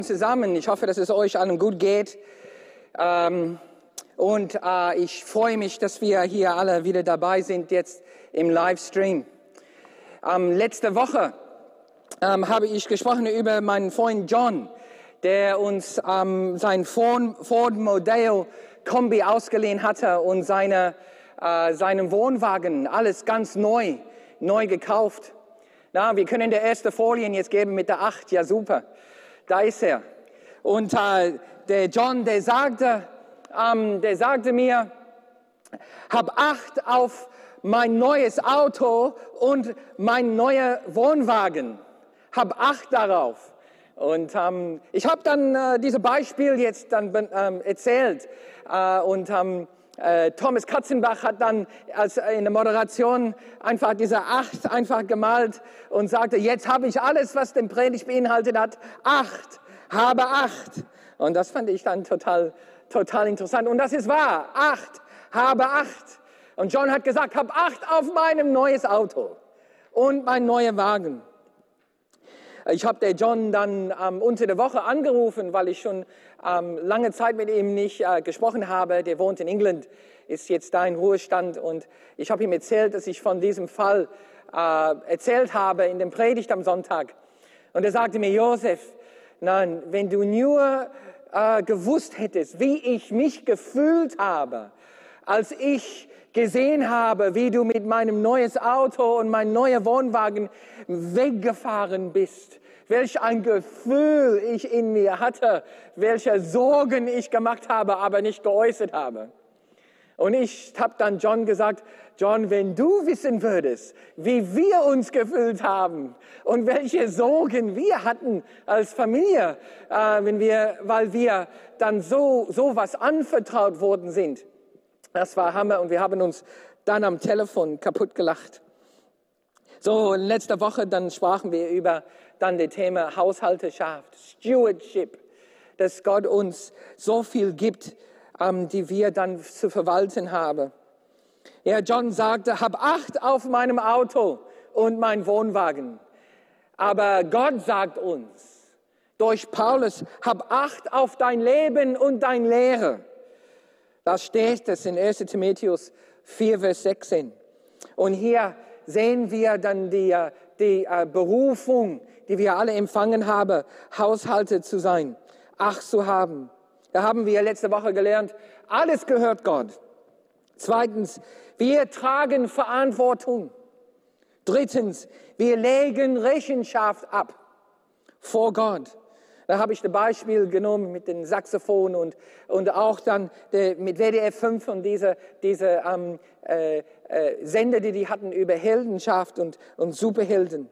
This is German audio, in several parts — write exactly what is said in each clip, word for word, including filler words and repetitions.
Zusammen. Ich hoffe, dass es euch allen gut geht. Ähm, und äh, ich freue mich, dass wir hier alle wieder dabei sind jetzt im Livestream. Ähm, letzte Woche ähm, habe ich gesprochen über meinen Freund John, der uns ähm, sein Ford Mondeo Kombi ausgeliehen hatte und seine, äh, seinen Wohnwagen, alles ganz neu, neu gekauft. Na, wir können die erste Folien jetzt geben mit der acht, ja super. Da ist er. Und äh, der John, der sagte, ähm, der sagte mir, hab Acht auf mein neues Auto und mein neuer Wohnwagen. Hab Acht darauf. Und ähm, ich habe dann äh, dieses Beispiel jetzt dann ähm, erzählt. Äh, und ähm, äh, Thomas Katzenbach hat dann als, äh, in der Moderation einfach diese Acht einfach gemalt und sagte, jetzt habe ich alles, was den Predigt beinhaltet hat. Acht, habe Acht. Und das fand ich dann total, total interessant. Und das ist wahr. Acht, habe Acht. Und John hat gesagt, hab Acht auf meinem neues Auto und mein neuer Wagen. Ich habe den John dann ähm, unter der Woche angerufen, weil ich schon ähm, lange Zeit mit ihm nicht äh, gesprochen habe. Der wohnt in England, ist jetzt da in Ruhestand. Und ich habe ihm erzählt, dass ich von diesem Fall äh, erzählt habe in dem Predigt am Sonntag. Und er sagte mir, Josef, nein, wenn du nur äh, gewusst hättest, wie ich mich gefühlt habe, als ich gesehen habe, wie du mit meinem neues Auto und meinem neuen Wohnwagen weggefahren bist, welch ein Gefühl ich in mir hatte, welche Sorgen ich gemacht habe, aber nicht geäußert habe. Und ich habe dann John gesagt, John, wenn du wissen würdest, wie wir uns gefühlt haben und welche Sorgen wir hatten als Familie, äh, wenn wir, weil wir dann so, so was anvertraut worden sind. Das war Hammer und wir haben uns dann am Telefon kaputt gelacht. So, letzte Woche dann sprachen wir über dann das Thema Haushalterschaft, Stewardship, dass Gott uns so viel gibt, ähm, die wir dann zu verwalten haben. Ja, John sagte, hab Acht auf meinem Auto und mein Wohnwagen. Aber Gott sagt uns, durch Paulus, hab Acht auf dein Leben und dein Lehre. Da steht es in erster Timotheus vier, Vers sechzehn. Und hier sehen wir dann die, die uh, Berufung, die wir alle empfangen haben, Haushalter zu sein, Acht zu haben. Da haben wir letzte Woche gelernt, alles gehört Gott. Zweitens, wir tragen Verantwortung. Drittens, wir legen Rechenschaft ab vor Gott. Da habe ich das Beispiel genommen mit dem Saxophon und, und auch dann der, mit W D R fünf und diese, diese ähm, äh, äh, Sender, die die hatten über Heldenschaft und, und Superhelden.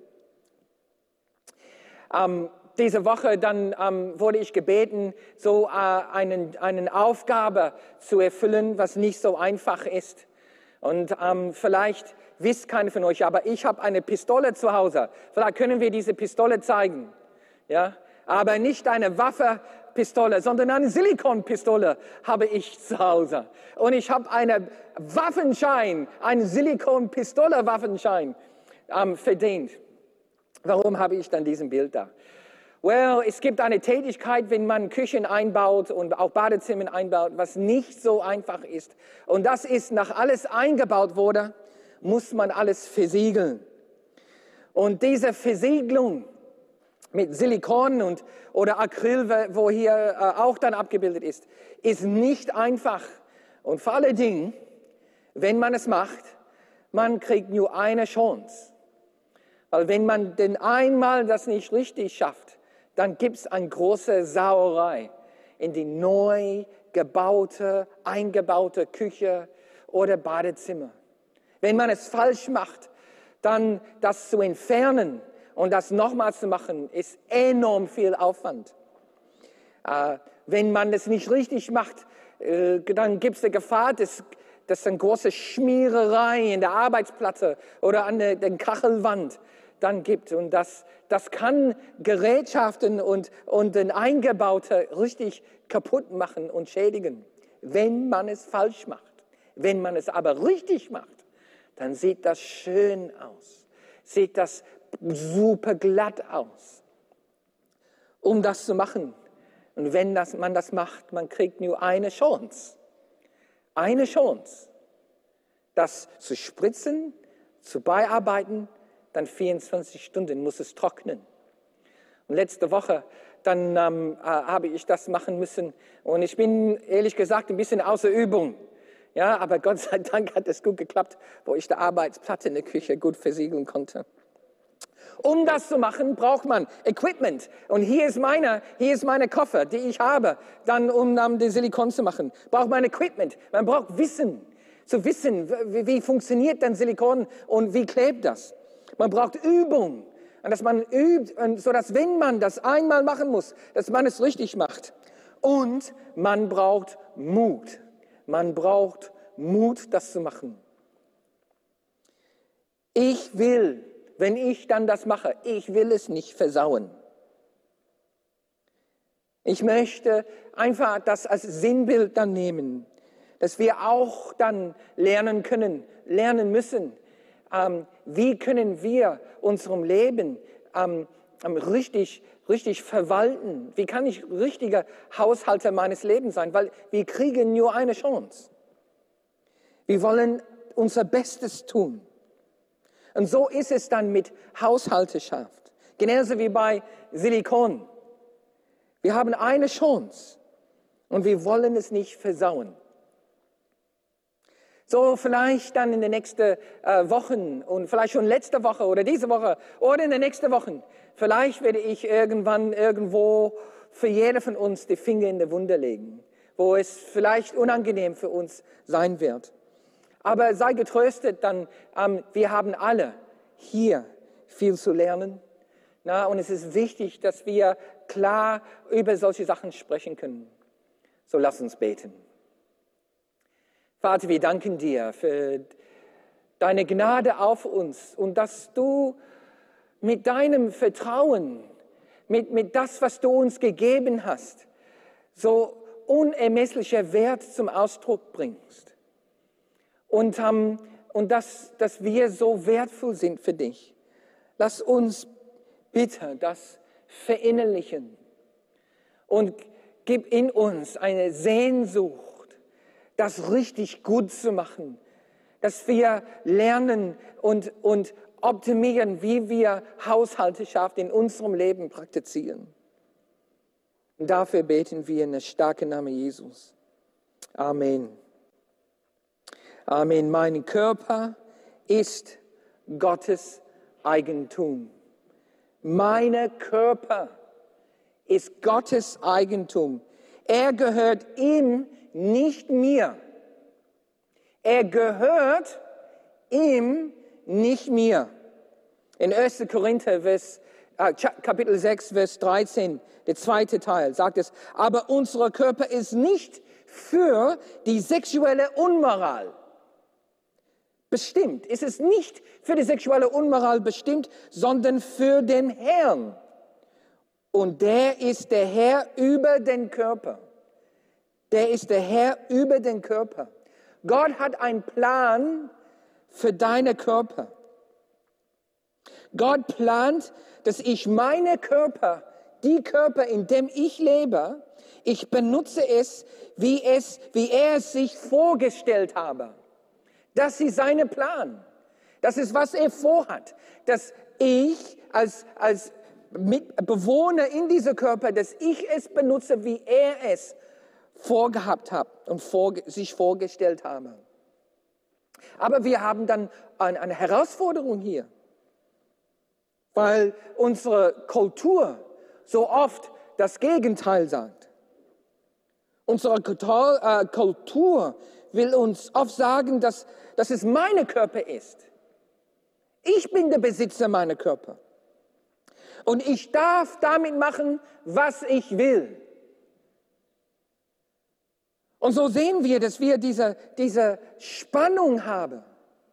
Ähm, diese Woche dann ähm, wurde ich gebeten, so äh, einen, eine Aufgabe zu erfüllen, was nicht so einfach ist. Und ähm, vielleicht wisst keiner von euch, aber ich habe eine Pistole zu Hause. Vielleicht können wir diese Pistole zeigen. Ja? Aber nicht eine Waffenpistole, sondern eine Silikonpistole habe ich zu Hause. Und ich habe einen Waffenschein, einen Silikonpistole-Waffenschein ähm, verdient. Warum habe ich dann diesen Bild da? Well, es gibt eine Tätigkeit, wenn man Küchen einbaut und auch Badezimmer einbaut, was nicht so einfach ist. Und das ist, nach alles eingebaut wurde, muss man alles versiegeln. Und diese Versiegelung mit Silikon und, oder Acryl, wo hier äh, auch dann abgebildet ist, ist nicht einfach. Und vor allen Dingen, wenn man es macht, man kriegt nur eine Chance. Weil wenn man denn einmal das nicht richtig schafft, dann gibt es eine große Sauerei in die neu gebaute, eingebaute Küche oder Badezimmer. Wenn man es falsch macht, dann das zu entfernen und das nochmals zu machen, ist enorm viel Aufwand. Äh, wenn man es nicht richtig macht, äh, dann gibt es die Gefahr, dass es eine große Schmiererei in der Arbeitsplatte oder an der, der Kachelwand dann gibt. Und das, das kann Gerätschaften und, und den Eingebaute richtig kaputt machen und schädigen, wenn man es falsch macht. Wenn man es aber richtig macht, dann sieht das schön aus, sieht das super glatt aus. um das zu machen. Und wenn das, man das macht, man kriegt nur eine Chance. Eine Chance, das zu spritzen, zu bearbeiten, dann vierundzwanzig Stunden muss es trocknen. Und letzte Woche, dann ähm, äh, habe ich das machen müssen. Und ich bin ehrlich gesagt ein bisschen außer Übung. Ja, aber Gott sei Dank hat es gut geklappt, wo ich die Arbeitsplatte in der Küche gut versiegeln konnte. Um das zu machen, braucht man Equipment. Und hier ist meine, hier ist meine Koffer, die ich habe, dann um um den Silikon zu machen. Braucht man Equipment. Man braucht Wissen, zu wissen, wie, wie funktioniert dann Silikon und wie klebt das. Man braucht Übung. Und dass man übt, und so dass wenn man das einmal machen muss, dass man es richtig macht. Und man braucht Mut. Man braucht Mut, das zu machen. Ich will, wenn ich dann das mache, ich will es nicht versauen. Ich möchte einfach das als Sinnbild dann nehmen, dass wir auch dann lernen können, lernen müssen, ähm, wie können wir unserem Leben ähm, richtig, richtig verwalten? Wie kann ich richtiger Haushalter meines Lebens sein? Weil wir kriegen nur eine Chance. Wir wollen unser Bestes tun. Und so ist es dann mit Haushalterschaft. Genauso wie bei Silikon. Wir haben eine Chance und wir wollen es nicht versauen. So vielleicht dann in den nächsten äh, Wochen und vielleicht schon letzte Woche oder diese Woche oder in den nächsten Wochen, vielleicht werde ich irgendwann irgendwo für jeder von uns die Finger in die Wunde legen, wo es vielleicht unangenehm für uns sein wird. Aber sei getröstet, dann ähm, wir haben alle hier viel zu lernen. Na, und es ist wichtig, dass wir klar über solche Sachen sprechen können. So lass uns beten. Vater, wir danken dir für deine Gnade auf uns und dass du mit deinem Vertrauen, mit, mit das, was du uns gegeben hast, so unermesslicher Wert zum Ausdruck bringst. Und, um, und dass, dass wir so wertvoll sind für dich. Lass uns bitte das verinnerlichen und gib in uns eine Sehnsucht, das richtig gut zu machen, dass wir lernen und, und optimieren, wie wir Haushalterschaft in unserem Leben praktizieren. Und dafür beten wir in den starken Namen Jesus. Amen. Amen. Mein Körper ist Gottes Eigentum. Mein Körper ist Gottes Eigentum. Er gehört ihm, nicht mir. Er gehört ihm, nicht mir. In erster Korinther, Vers, äh, Kapitel sechs, Vers dreizehn, der zweite Teil, sagt es, aber unser Körper ist nicht für die sexuelle Unmoral bestimmt. Es ist nicht für die sexuelle Unmoral bestimmt, sondern für den Herrn. Und der ist der Herr über den Körper. Der ist der Herr über den Körper. Gott hat einen Plan für deinen Körper. Gott plant, dass ich meine Körper, die Körper, in dem ich lebe, ich benutze es, wie es, wie er es sich vorgestellt habe. Das ist sein Plan. Das ist, was er vorhat. Dass ich als, als Bewohner in diesem Körper, dass ich es benutze, wie er es vorgehabt hat und vor, sich vorgestellt habe. Aber wir haben dann eine, eine Herausforderung hier, weil unsere Kultur so oft das Gegenteil sagt. Unsere Kultur will uns oft sagen, dass, dass es mein Körper ist. Ich bin der Besitzer meiner Körper. Und ich darf damit machen, was ich will. Und so sehen wir, dass wir diese, diese Spannung haben.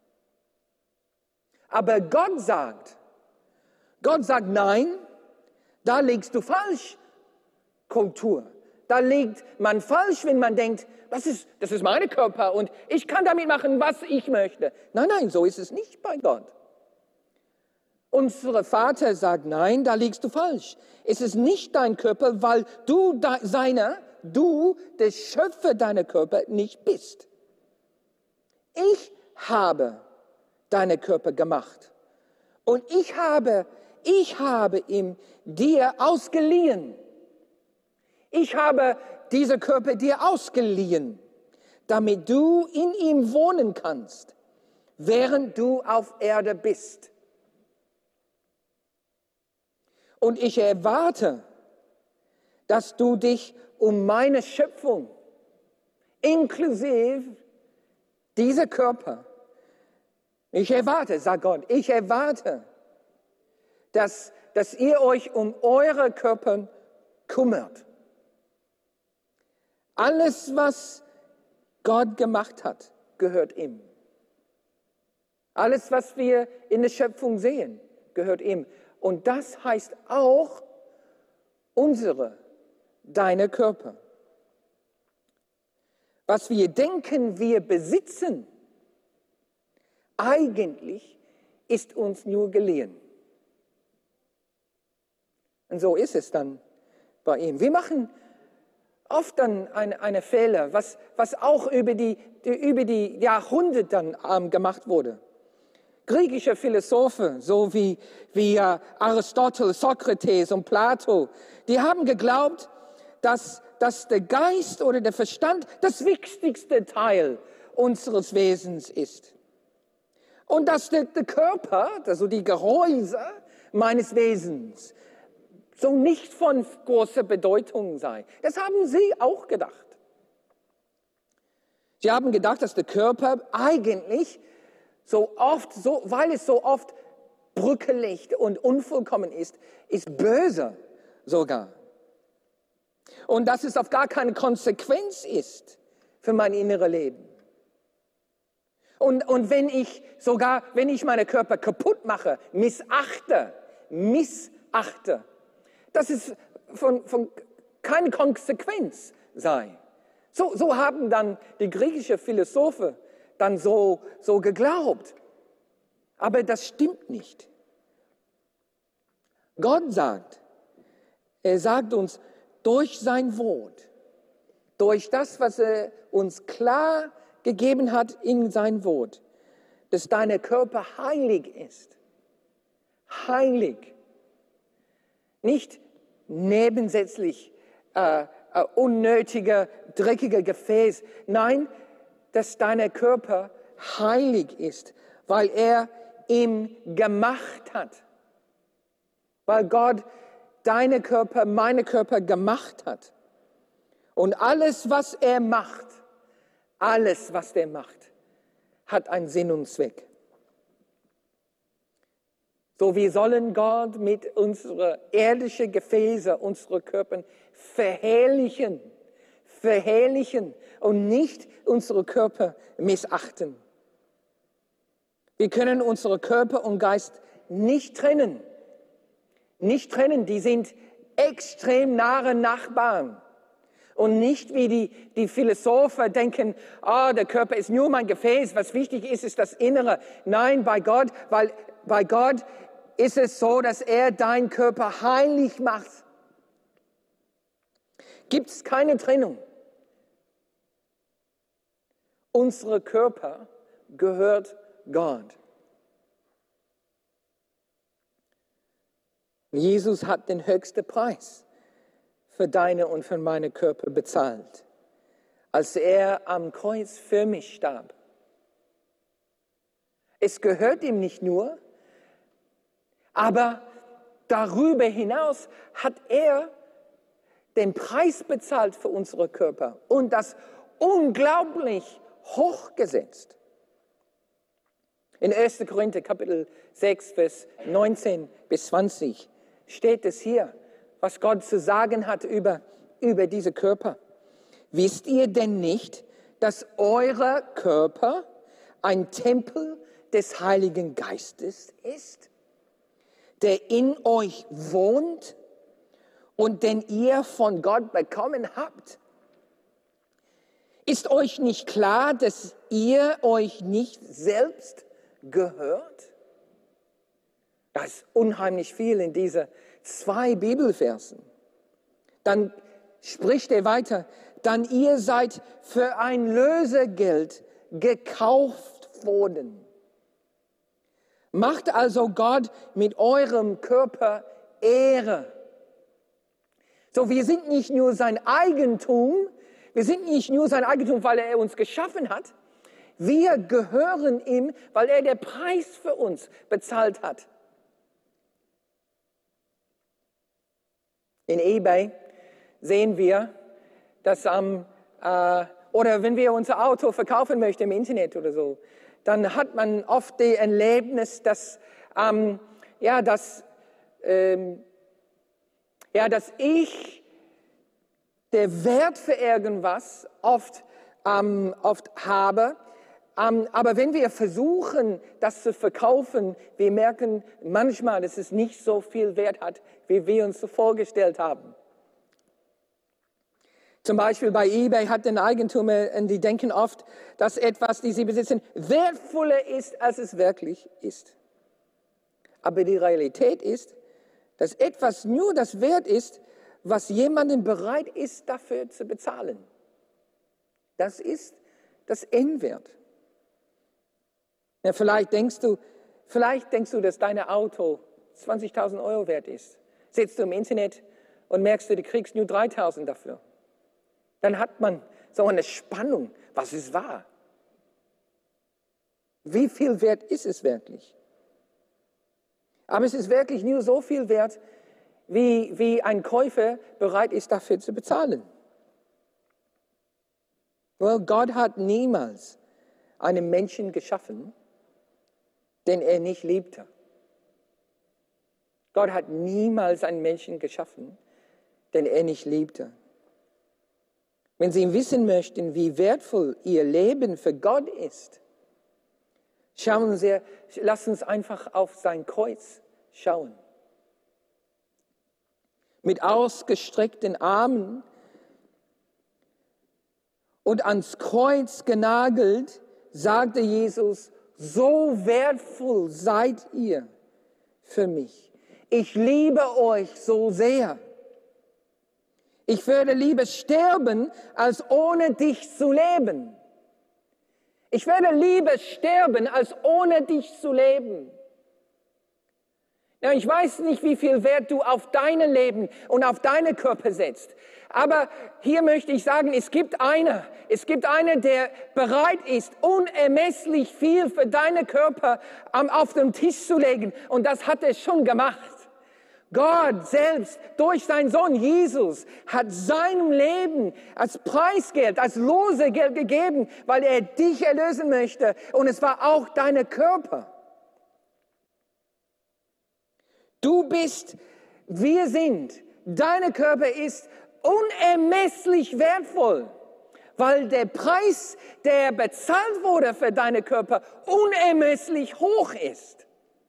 Aber Gott sagt, Gott sagt, nein, da liegst du falsch, Kultur. Da liegt man falsch, wenn man denkt, das ist, das ist mein Körper und ich kann damit machen, was ich möchte. Nein, nein, so ist es nicht bei Gott. Unser Vater sagt, nein, da liegst du falsch. Es ist nicht dein Körper, weil du seiner, du, der Schöpfer deiner Körper, nicht bist. Ich habe deine Körper gemacht. Und ich habe, ich habe ihm dir ausgeliehen. Ich habe diese Körper dir ausgeliehen, damit du in ihm wohnen kannst, während du auf Erde bist. Und ich erwarte, dass du dich um meine Schöpfung, inklusive dieser Körper, ich erwarte, sagt Gott, ich erwarte, dass, dass ihr euch um eure Körper kümmert. Alles, was Gott gemacht hat, gehört ihm. Alles, was wir in der Schöpfung sehen, gehört ihm. Und das heißt auch unsere, deine Körper. Was wir denken, wir besitzen, eigentlich ist uns nur geliehen. Und so ist es dann bei ihm. Wir machen oft dann eine, eine Fehler, was, was auch über die, die, über die Jahrhunderte dann ähm, gemacht wurde. Griechische Philosophen, so wie, wie uh, Aristoteles, Sokrates und Plato, die haben geglaubt, dass, dass der Geist oder der Verstand das wichtigste Teil unseres Wesens ist. Und dass der, der Körper, also die Gehäuse meines Wesens, so nicht von großer Bedeutung sei. Das haben sie auch gedacht. Sie haben gedacht, dass der Körper eigentlich so oft, so, weil es so oft bröckelig und unvollkommen ist, ist böse sogar. Und dass es auf gar keine Konsequenz ist für mein inneres Leben. Und, und wenn ich sogar, wenn ich meinen Körper kaputt mache, missachte, missachte, dass es von, von keine Konsequenz sei. So, so haben dann die griechischen Philosophen dann so, so geglaubt. Aber das stimmt nicht. Gott sagt, er sagt uns durch sein Wort, durch das, was er uns klar gegeben hat in sein Wort, dass dein Körper heilig ist. Heilig. Nicht nebensätzlich, äh, äh, unnötiger, dreckiger Gefäß. Nein, dass dein Körper heilig ist, weil er ihn gemacht hat. Weil Gott deine Körper, meine Körper gemacht hat. Und alles, was er macht, alles, was er macht, hat einen Sinn und Zweck. So, wir sollen Gott mit unseren irdischen Gefäßen, unseren Körpern verherrlichen, verherrlichen und nicht unsere Körper missachten. Wir können unsere Körper und Geist nicht trennen. Nicht trennen, die sind extrem nahe Nachbarn. Und nicht wie die, die Philosophen denken, ah, der Körper ist nur mein Gefäß, was wichtig ist, ist das Innere. Nein, bei Gott, weil bei Gott ist es so, dass er deinen Körper heilig macht. Gibt es keine Trennung. Unser Körper gehört Gott. Jesus hat den höchsten Preis für deine und für meine Körper bezahlt, als er am Kreuz für mich starb. Es gehört ihm nicht nur, aber darüber hinaus hat er den Preis bezahlt für unsere Körper und das unglaublich hochgesetzt. In erster Korinther Kapitel sechs, Vers neunzehn bis zwanzig steht es hier, was Gott zu sagen hat über, über diese Körper. Wisst ihr denn nicht, dass euer Körper ein Tempel des Heiligen Geistes ist, der in euch wohnt und den ihr von Gott bekommen habt? Ist euch nicht klar, dass ihr euch nicht selbst gehört? Da ist unheimlich viel in diese zwei Bibelversen. Dann spricht er weiter, dann ihr seid für ein Lösegeld gekauft worden. Macht also Gott mit eurem Körper Ehre. So, wir sind nicht nur sein Eigentum, wir sind nicht nur sein Eigentum, weil er uns geschaffen hat. Wir gehören ihm, weil er den Preis für uns bezahlt hat. In eBay sehen wir, dass am, äh, oder wenn wir unser Auto verkaufen möchten im Internet oder so, dann hat man oft das Erlebnis, dass, ähm, ja, dass, ähm, ja, dass ich der Wert für irgendwas oft, ähm, oft habe. Ähm, aber wenn wir versuchen, das zu verkaufen, wir merken manchmal, dass es nicht so viel Wert hat, wie wir uns so vorgestellt haben. Zum Beispiel bei eBay hat ein Eigentümer, und die denken oft, dass etwas, das sie besitzen, wertvoller ist, als es wirklich ist. Aber die Realität ist, dass etwas nur das Wert ist, was jemandem bereit ist, dafür zu bezahlen. Das ist das Endwert. Ja, vielleicht denkst du, vielleicht denkst du, dass dein Auto zwanzigtausend Euro wert ist. Sitzt du im Internet und merkst du, du kriegst nur dreitausend dafür. Dann hat man so eine Spannung. Was ist wahr? Wie viel wert ist es wirklich? Aber es ist wirklich nur so viel wert, wie, wie ein Käufer bereit ist, dafür zu bezahlen. Well, Gott hat niemals einen Menschen geschaffen, den er nicht liebte. Gott hat niemals einen Menschen geschaffen, den er nicht liebte. Wenn Sie wissen möchten, wie wertvoll Ihr Leben für Gott ist, schauen Sie, lassen Sie uns einfach auf sein Kreuz schauen. Mit ausgestreckten Armen und ans Kreuz genagelt, sagte Jesus, so wertvoll seid ihr für mich. Ich liebe euch so sehr. Ich würde lieber sterben, als ohne dich zu leben. Ich würde lieber sterben, als ohne dich zu leben. Ja, ich weiß nicht, wie viel Wert du auf dein Leben und auf deinen Körper setzt. Aber hier möchte ich sagen, es gibt einer, es gibt einer, der bereit ist, unermesslich viel für deinen Körper auf den Tisch zu legen. Und das hat er schon gemacht. Gott selbst durch seinen Sohn Jesus hat seinem Leben als Preisgeld, als Losegeld gegeben, weil er dich erlösen möchte. Und es war auch dein Körper. Du bist, wir sind, dein Körper ist unermesslich wertvoll, weil der Preis, der bezahlt wurde für deinen Körper, unermesslich hoch ist.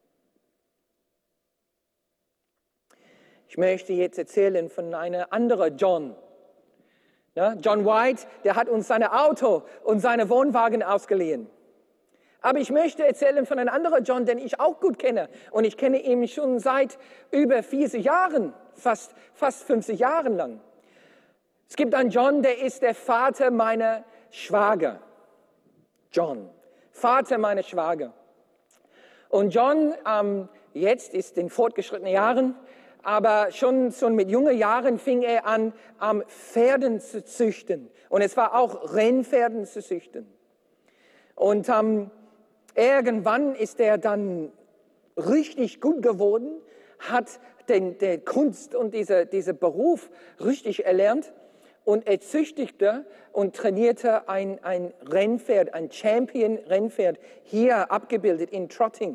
Ich möchte jetzt erzählen von einem anderen John. Ja, John White, der hat uns sein Auto und seine Wohnwagen ausgeliehen. Aber ich möchte erzählen von einem anderen John, den ich auch gut kenne. Und ich kenne ihn schon seit über vierzig Jahren, fast, fast fünfzig Jahren lang. Es gibt einen John, der ist der Vater meiner Schwager. John, Vater meiner Schwager. Und John ähm, jetzt ist in fortgeschrittenen Jahren, aber schon, schon mit jungen Jahren fing er an, um Pferden zu züchten. Und es war auch Rennpferden zu züchten. Und ähm, irgendwann ist er dann richtig gut geworden, hat den, den Kunst und diese, diese Beruf richtig erlernt. Und er züchtigte und trainierte ein, ein Rennpferd, ein Champion-Rennpferd, hier abgebildet in Trotting.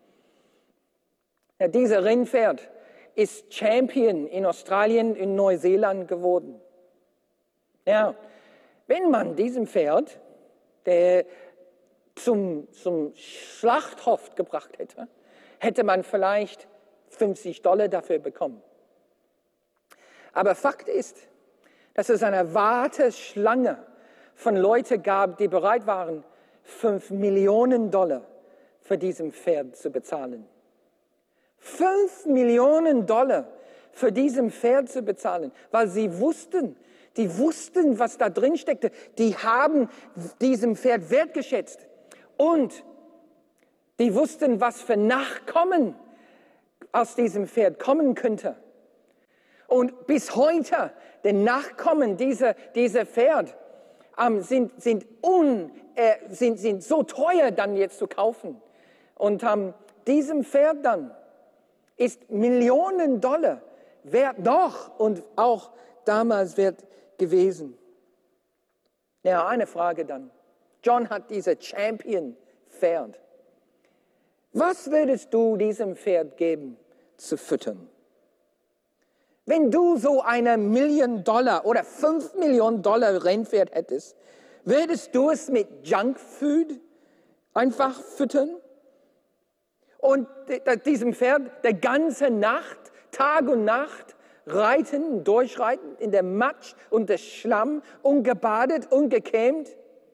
Ja, dieser Rennpferd ist Champion in Australien, in Neuseeland geworden. Ja, wenn man diesem Pferd, der zum, zum Schlachthof gebracht hätte, hätte man vielleicht fünfzig Dollar dafür bekommen. Aber Fakt ist, dass es eine Warteschlange von Leuten gab, die bereit waren, fünf Millionen Dollar für diesen Pferd zu bezahlen. Fünf Millionen Dollar für diesen Pferd zu bezahlen, weil sie wussten, die wussten, was da drin steckte. Die haben diesem Pferd wertgeschätzt. Und die wussten, was für Nachkommen aus diesem Pferd kommen könnte. Und bis heute, die Nachkommen dieser, dieser Pferd ähm, sind, sind, un, äh, sind, sind so teuer dann jetzt zu kaufen. Und ähm, diesem Pferd dann ist Millionen Dollar wert noch und auch damals wert gewesen. Ja, eine Frage dann. John hat diese Champion-Pferd. Was würdest du diesem Pferd geben zu füttern? Wenn du so eine Million Dollar oder fünf Millionen Dollar Rennpferd hättest, würdest du es mit Junkfood einfach füttern? Und diesem Pferd die ganze Nacht, Tag und Nacht reiten, durchreiten in der Matsch und der Schlamm, ungebadet, ungekämmt?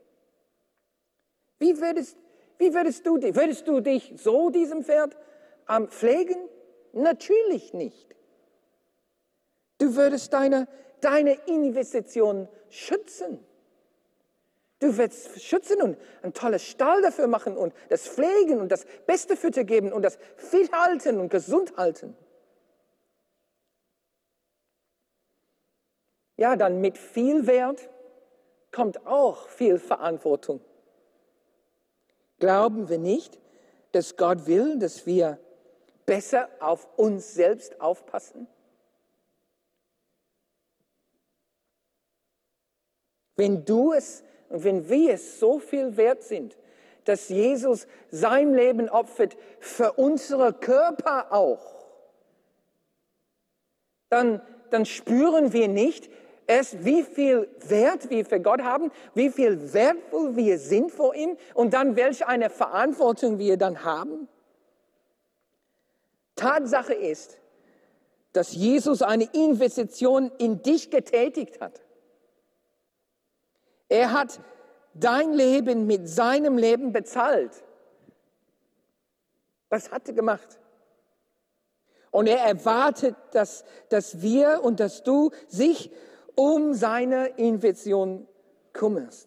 Wie würdest, wie würdest du dich, würdest du dich so diesem Pferd ähm, pflegen? Natürlich nicht. Du würdest deine, deine Investition schützen. Du wirst schützen und einen tollen Stall dafür machen und das pflegen und das beste Futter geben und das fit halten und gesund halten. Ja, dann mit viel Wert kommt auch viel Verantwortung. Glauben wir nicht, dass Gott will, dass wir besser auf uns selbst aufpassen? Wenn du es und wenn wir es so viel wert sind, dass Jesus sein Leben opfert für unsere Körper auch, dann, dann spüren wir nicht erst, wie viel Wert wir für Gott haben, wie viel wertvoll wir sind vor ihm und dann welche eine Verantwortung wir dann haben. Tatsache ist, dass Jesus eine Investition in dich getätigt hat. Er hat dein Leben mit seinem Leben bezahlt. Was hat er gemacht? Und er erwartet, dass, dass wir und dass du sich um seine Investition kümmerst.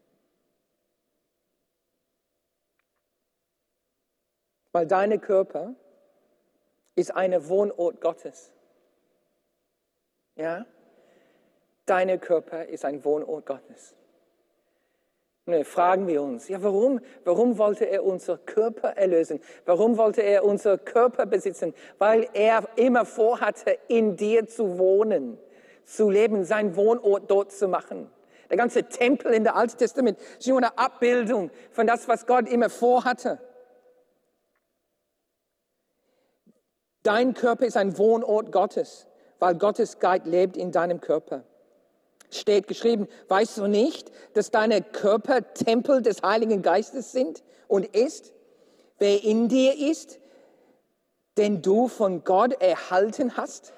Weil dein Körper ist ein Wohnort Gottes. Ja? Dein Körper ist ein Wohnort Gottes. Und dann fragen wir uns, ja, warum, warum wollte er unser Körper erlösen? Warum wollte er unser Körper besitzen? Weil er immer vorhatte, in dir zu wohnen, zu leben, seinen Wohnort dort zu machen. Der ganze Tempel in der Alten Testament ist nur eine Abbildung von das, was Gott immer vorhatte. Dein Körper ist ein Wohnort Gottes, weil Gottes Geist lebt in deinem Körper. Steht geschrieben, weißt du nicht, dass deine Körper Tempel des Heiligen Geistes sind und ist, wer in dir ist, den du von Gott erhalten hast?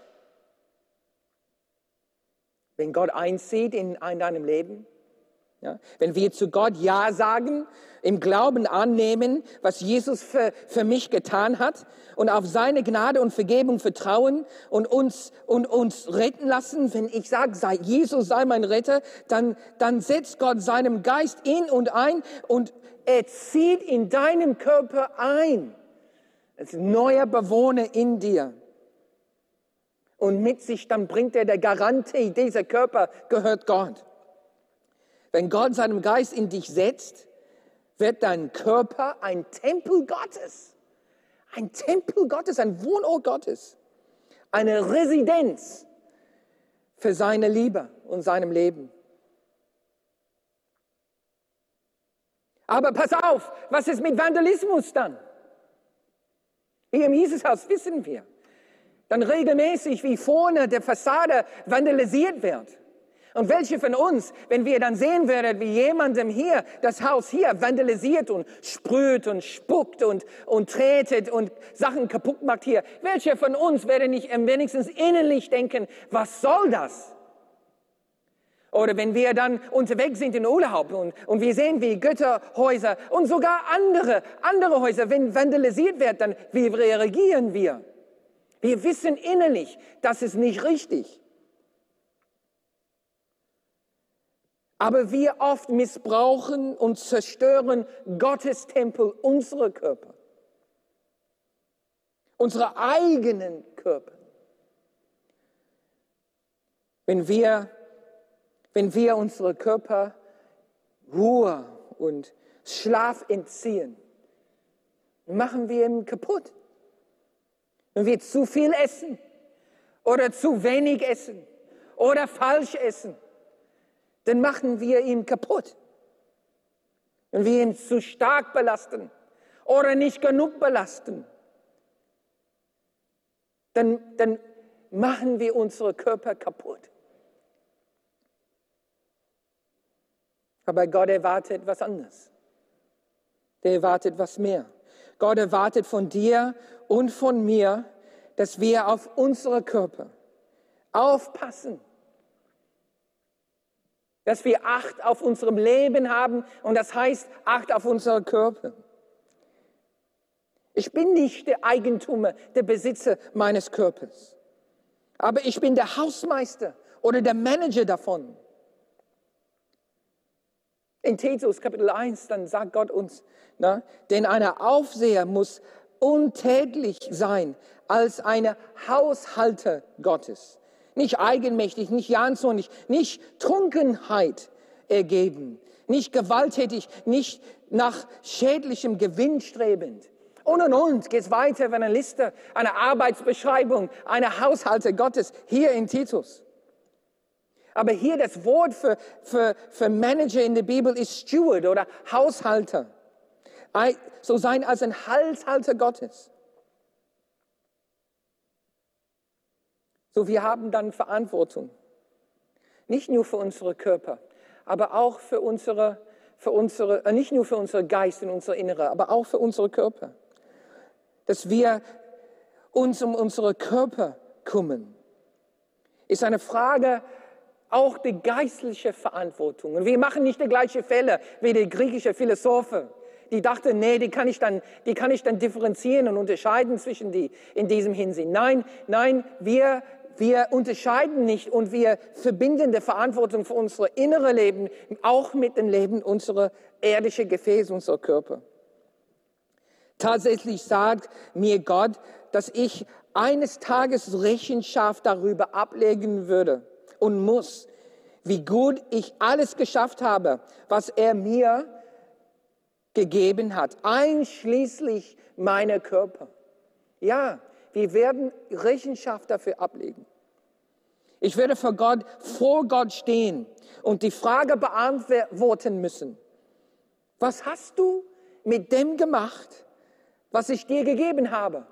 Wenn Gott einzieht in, in deinem Leben, ja, wenn wir zu Gott Ja sagen, im Glauben annehmen, was Jesus für, für mich getan hat und auf seine Gnade und Vergebung vertrauen und uns, und uns retten lassen, wenn ich sage, sei, Jesus sei mein Retter, dann, dann setzt Gott seinem Geist in und ein und er zieht in deinem Körper ein, als neuer Bewohner in dir. Und mit sich dann bringt er der Garantie, dieser Körper gehört Gott. Wenn Gott seinen Geist in dich setzt, wird dein Körper ein Tempel Gottes. Ein Tempel Gottes, ein Wohnort Gottes. Eine Residenz für seine Liebe und seinem Leben. Aber pass auf, was ist mit Vandalismus dann? Hier im Jesushaus wissen wir, dann regelmäßig wie vorne der Fassade vandalisiert wird. Und welche von uns, wenn wir dann sehen würden, wie jemandem hier, das Haus hier vandalisiert und sprüht und spuckt und, und tretet und Sachen kaputt macht hier, welche von uns werden nicht wenigstens innerlich denken, was soll das? Oder wenn wir dann unterwegs sind in Urlaub und, und wir sehen, wie Götterhäuser und sogar andere, andere Häuser, wenn vandalisiert wird, dann wie reagieren wir? Wir wissen innerlich, das ist nicht richtig. Aber wir oft missbrauchen und zerstören Gottes Tempel, unsere Körper. Unsere eigenen Körper. Wenn wir, wenn wir unsere Körper Ruhe und Schlaf entziehen, machen wir ihn kaputt. Wenn wir zu viel essen oder zu wenig essen oder falsch essen, dann machen wir ihn kaputt. Wenn wir ihn zu stark belasten oder nicht genug belasten, dann, dann machen wir unsere Körper kaputt. Aber Gott erwartet was anderes. Der erwartet was mehr. Gott erwartet von dir und von mir, dass wir auf unsere Körper aufpassen. Dass wir Acht auf unserem Leben haben und das heißt Acht auf unsere Körper. Ich bin nicht der Eigentümer, der Besitzer meines Körpers. Aber ich bin der Hausmeister oder der Manager davon. In Titus Kapitel eins, dann sagt Gott uns, na, denn ein Aufseher muss untätlich sein als ein Haushalter Gottes. Nicht eigenmächtig, nicht janzornig, nicht Trunkenheit ergeben, nicht gewalttätig, nicht nach schädlichem Gewinn strebend. Und und und geht es weiter, wenn eine Liste, eine Arbeitsbeschreibung, eine Haushalter Gottes hier in Titus. Aber hier das Wort für, für, für Manager in der Bibel ist Steward oder Haushalter. So sein als ein Haushalter Gottes. So, wir haben dann Verantwortung. Nicht nur für unsere Körper, aber auch für unsere, für unsere, äh, nicht nur für unsere Geist und unsere Innere, aber auch für unsere Körper. Dass wir uns um unsere Körper kümmern, ist eine Frage auch der geistlichen Verantwortung. Und wir machen nicht die gleichen Fälle wie die griechische Philosophen. Die dachten, nee, die kann ich dann, die kann ich dann differenzieren und unterscheiden zwischen die in diesem Hinsicht. Nein, nein, wir Wir unterscheiden nicht und wir verbinden die Verantwortung für unser inneres Leben auch mit dem Leben unserer irdischen Gefäße, unserer Körper. Tatsächlich sagt mir Gott, dass ich eines Tages Rechenschaft darüber ablegen würde und muss, wie gut ich alles geschafft habe, was er mir gegeben hat, einschließlich meiner Körper. Ja, wir werden Rechenschaft dafür ablegen. Ich werde vor Gott, vor Gott stehen und die Frage beantworten müssen. Was hast du mit dem gemacht, was ich dir gegeben habe?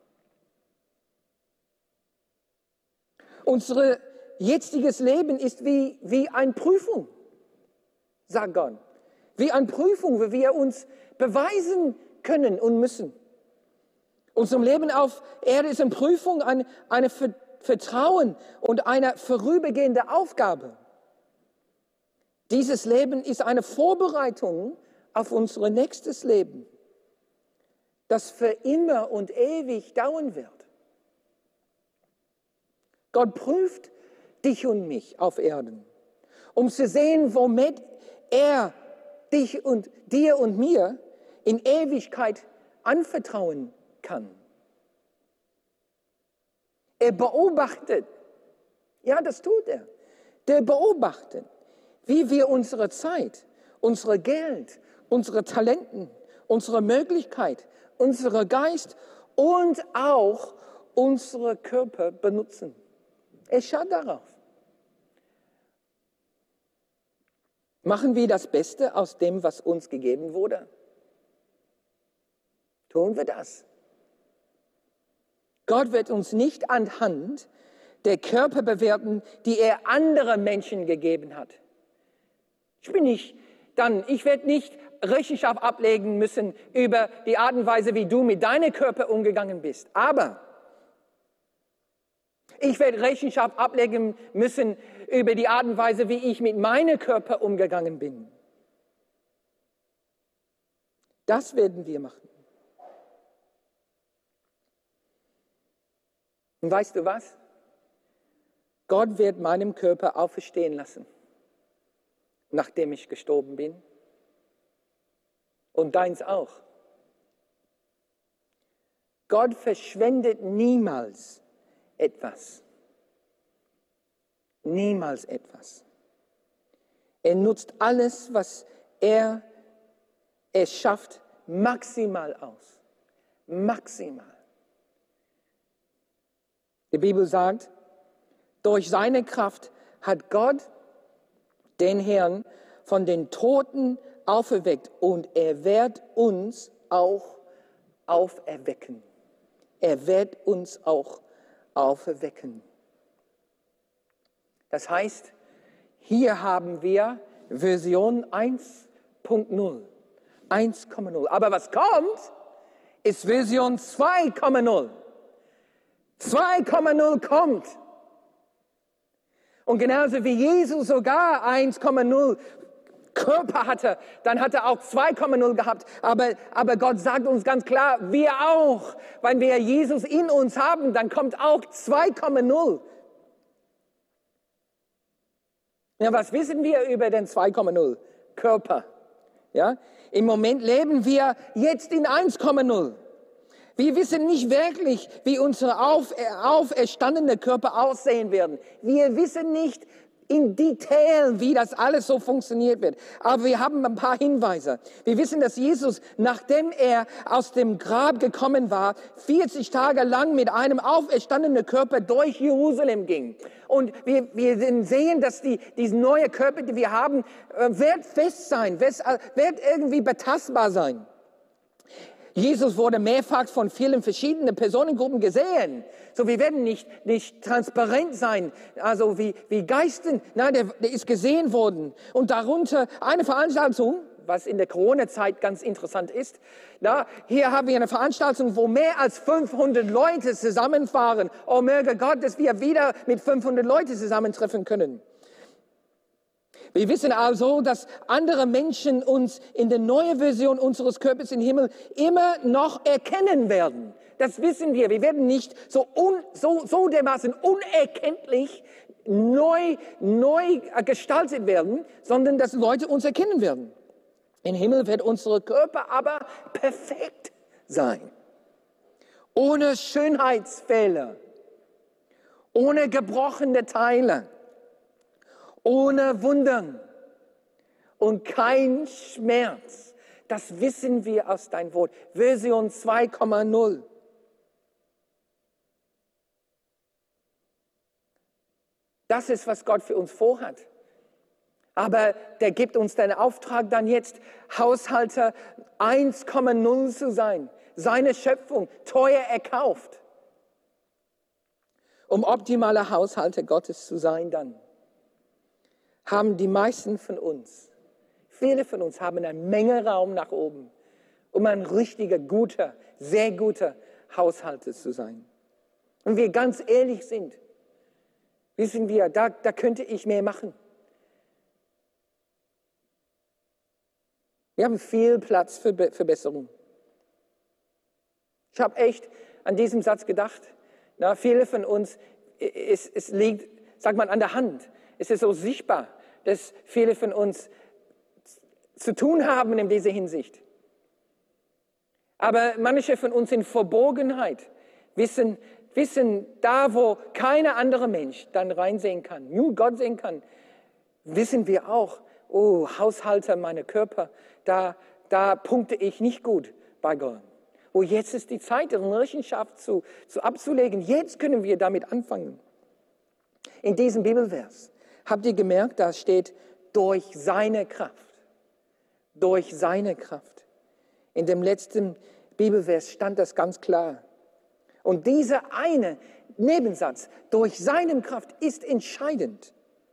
Unser jetziges Leben ist wie, wie eine Prüfung, sagt Gott. Wie eine Prüfung, wo wir uns beweisen können und müssen. Unser Leben auf Erde ist eine Prüfung, ein eine Vertrauen und eine vorübergehende Aufgabe. Dieses Leben ist eine Vorbereitung auf unser nächstes Leben, das für immer und ewig dauern wird. Gott prüft dich und mich auf Erden, um zu sehen, womit er dich und dir und mir in Ewigkeit anvertrauen kann. Er beobachtet, ja, das tut er. Der beobachtet, wie wir unsere Zeit, unsere Geld, unsere Talenten, unsere Möglichkeit, unsere Geist und auch unsere Körper benutzen. Er schaut darauf. Machen wir das Beste aus dem, was uns gegeben wurde? Tun wir das? Gott wird uns nicht anhand der Körper bewerten, die er anderen Menschen gegeben hat. Ich bin nicht dann, ich werde nicht Rechenschaft ablegen müssen über die Art und Weise, wie du mit deinem Körper umgegangen bist. Aber Ich werde Rechenschaft ablegen müssen über die Art und Weise, wie ich mit meinem Körper umgegangen bin. Das werden wir machen. Und weißt du was? Gott wird meinen Körper auferstehen lassen, nachdem ich gestorben bin. Und deins auch. Gott verschwendet niemals etwas. Niemals etwas. Er nutzt alles, was er erschafft, maximal aus. Maximal. Die Bibel sagt, durch seine Kraft hat Gott den Herrn von den Toten auferweckt und er wird uns auch auferwecken. Er wird uns auch auferwecken. Das heißt, hier haben wir Version eins Punkt null. eins Komma null. Aber was kommt, ist Version zwei Komma null. zwei Komma null kommt. Und genauso wie Jesus sogar eins Komma null Körper hatte, dann hat er auch zwei Komma null gehabt. Aber, aber Gott sagt uns ganz klar, wir auch. Wenn wir Jesus in uns haben, dann kommt auch zwei Komma null. Ja, was wissen wir über den zwei Komma null Körper? Ja? Im Moment leben wir jetzt in eins Komma null. Wir wissen nicht wirklich, wie unsere auf, auferstandene Körper aussehen werden. Wir wissen nicht in Detail, wie das alles so funktioniert wird. Aber wir haben ein paar Hinweise. Wir wissen, dass Jesus, nachdem er aus dem Grab gekommen war, vierzig Tage lang mit einem auferstandenen Körper durch Jerusalem ging. Und wir, wir sehen, dass die, diese neue Körper, die wir haben, wird fest sein, wird irgendwie betastbar sein. Jesus wurde mehrfach von vielen verschiedenen Personengruppen gesehen. So, wir werden nicht, nicht transparent sein, also wie, wie Geisten. Nein, der, der ist gesehen worden. Und darunter eine Veranstaltung, was in der Corona-Zeit ganz interessant ist. Da, hier haben wir eine Veranstaltung, wo mehr als fünfhundert Leute zusammenfahren. Oh, möge Gott, dass wir wieder mit fünfhundert Leuten zusammentreffen können. Wir wissen also, dass andere Menschen uns in der neuen Version unseres Körpers im Himmel immer noch erkennen werden. Das wissen wir. Wir werden nicht so, un, so, so dermaßen unerkenntlich neu, neu gestaltet werden, sondern dass Leute uns erkennen werden. Im Himmel wird unser Körper aber perfekt sein. Ohne Schönheitsfehler, ohne gebrochene Teile. Ohne Wunden und kein Schmerz. Das wissen wir aus deinem Wort. Version zwei Komma null. Das ist, was Gott für uns vorhat. Aber der gibt uns den Auftrag, dann jetzt Haushalter eins Komma null zu sein. Seine Schöpfung, teuer erkauft. Um optimaler Haushalter Gottes zu sein dann. Haben die meisten von uns, viele von uns haben eine Menge Raum nach oben, um ein richtiger, guter, sehr guter Haushalter zu sein. Und wir ganz ehrlich sind, wissen wir, da, da könnte ich mehr machen. Wir haben viel Platz für Be- Verbesserung. Ich habe echt an diesem Satz gedacht. Na, viele von uns, es, es liegt, sagt man, an der Hand. Es ist so sichtbar, dass viele von uns zu tun haben in dieser Hinsicht. Aber manche von uns in Verborgenheit wissen, wissen da, wo kein anderer Mensch dann reinsehen kann, nur Gott sehen kann, wissen wir auch, oh, Haushalter meiner Körper, da, da punkte ich nicht gut bei Gott. Oh, jetzt ist die Zeit, eine Rechenschaft zu, zu abzulegen. Jetzt können wir damit anfangen. In diesem Bibelvers habt ihr gemerkt, da steht, durch seine Kraft. Durch seine Kraft. In dem letzten Bibelvers stand das ganz klar. Und dieser eine Nebensatz, durch seine Kraft, ist entscheidend.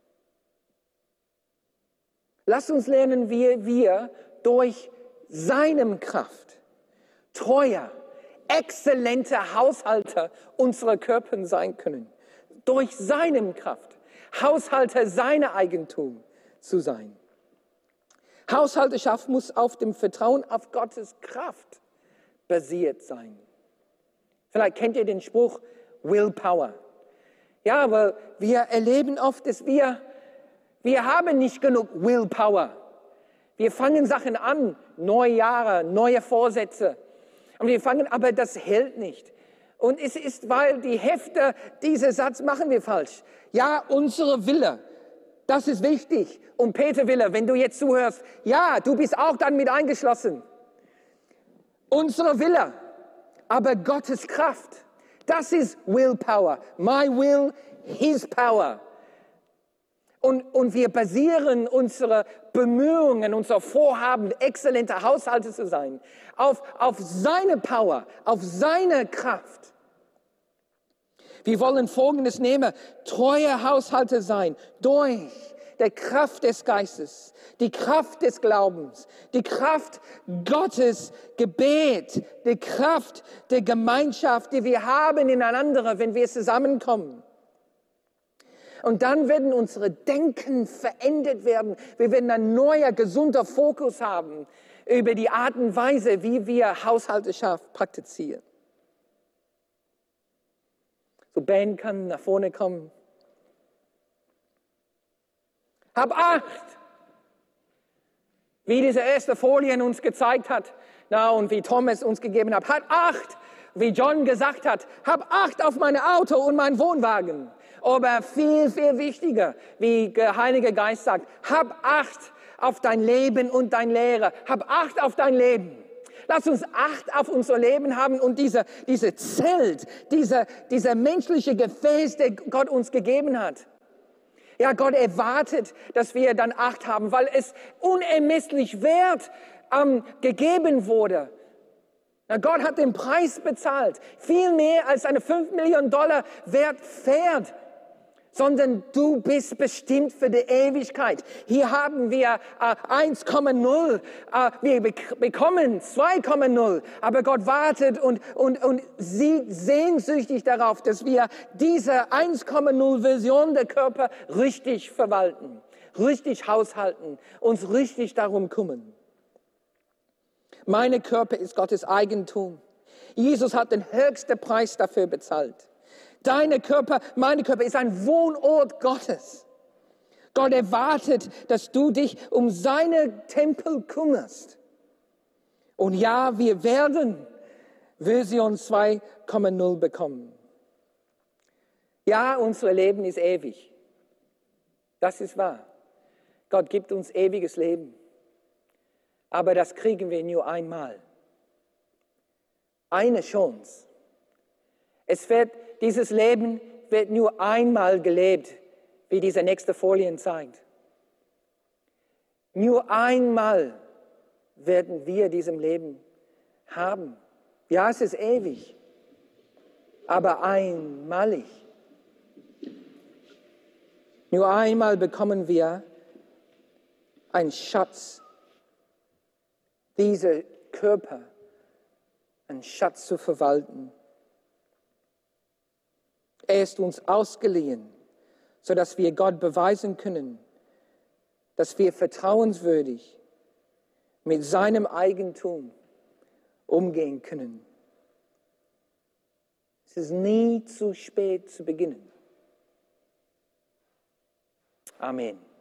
Lasst uns lernen, wie wir durch seine Kraft treuer, exzellenter Haushalter unserer Körper sein können. durch seine Kraft, Haushalter seiner Eigentum zu sein. Haushalterschaft muss auf dem Vertrauen auf Gottes Kraft basiert sein. Vielleicht kennt ihr den Spruch Willpower. Ja, aber wir erleben oft, dass wir, wir haben nicht genug Willpower. Wir fangen Sachen an, neue Jahre, neue Vorsätze. Und wir fangen, aber das hält nicht. Und es ist, weil die Hefte, diesen Satz machen wir falsch. Ja, unsere Wille, das ist wichtig. Und Peter Wille, wenn du jetzt zuhörst, ja, du bist auch dann mit eingeschlossen. Unsere Wille, aber Gottes Kraft, das ist Willpower. My will, His power. Und, und wir basieren unsere Bemühungen, unser Vorhaben, exzellente Haushalte zu sein, auf, auf seine Power, auf seine Kraft. Wir wollen Folgendes nehmen, treue Haushalte sein, durch die Kraft des Geistes, die Kraft des Glaubens, die Kraft Gottes Gebet, die Kraft der Gemeinschaft, die wir haben ineinander, wenn wir zusammenkommen. Und dann werden unsere Denken verändert werden. Wir werden ein neuer, gesunder Fokus haben über die Art und Weise, wie wir Haushalterschaft praktizieren. So, Ben kann nach vorne kommen. Hab Acht! Wie diese erste Folie uns gezeigt hat, na, und wie Thomas uns gegeben hat. Hab Acht! Wie John gesagt hat, hab Acht auf mein Auto und meinen Wohnwagen. Aber viel, viel wichtiger, wie der Heilige Geist sagt, hab Acht auf dein Leben und dein Lehre. Hab Acht auf dein Leben. Lass uns Acht auf unser Leben haben und diese, diese Zelt, diese, dieser menschliche Gefäß, der Gott uns gegeben hat. Ja, Gott erwartet, dass wir dann Acht haben, weil es unermesslich Wert ähm, gegeben wurde. Na, Gott hat den Preis bezahlt, viel mehr als eine fünf Millionen Dollar wert Pferd, sondern du bist bestimmt für die Ewigkeit. Hier haben wir äh, eins Komma null, äh, wir bek- bekommen zwei Komma null, aber Gott wartet und, und, und sieht sehnsüchtig darauf, dass wir diese eins Komma null Version der Körper richtig verwalten, richtig haushalten, uns richtig darum kümmern. Mein Körper ist Gottes Eigentum. Jesus hat den höchsten Preis dafür bezahlt. Deine Körper, mein Körper ist ein Wohnort Gottes. Gott erwartet, dass du dich um seine Tempel kümmerst. Und ja, wir werden Version zwei Komma null bekommen. Ja, unser Leben ist ewig. Das ist wahr. Gott gibt uns ewiges Leben. Aber das kriegen wir nur einmal. Eine Chance. Es wird, dieses Leben wird nur einmal gelebt, wie diese nächste Folie zeigt. Nur einmal werden wir diesem Leben haben. Ja, es ist ewig, aber einmalig. Nur einmal bekommen wir einen Schatz, dieser Körper, einen Schatz zu verwalten. Er ist uns ausgeliehen, sodass wir Gott beweisen können, dass wir vertrauenswürdig mit seinem Eigentum umgehen können. Es ist nie zu spät zu beginnen. Amen.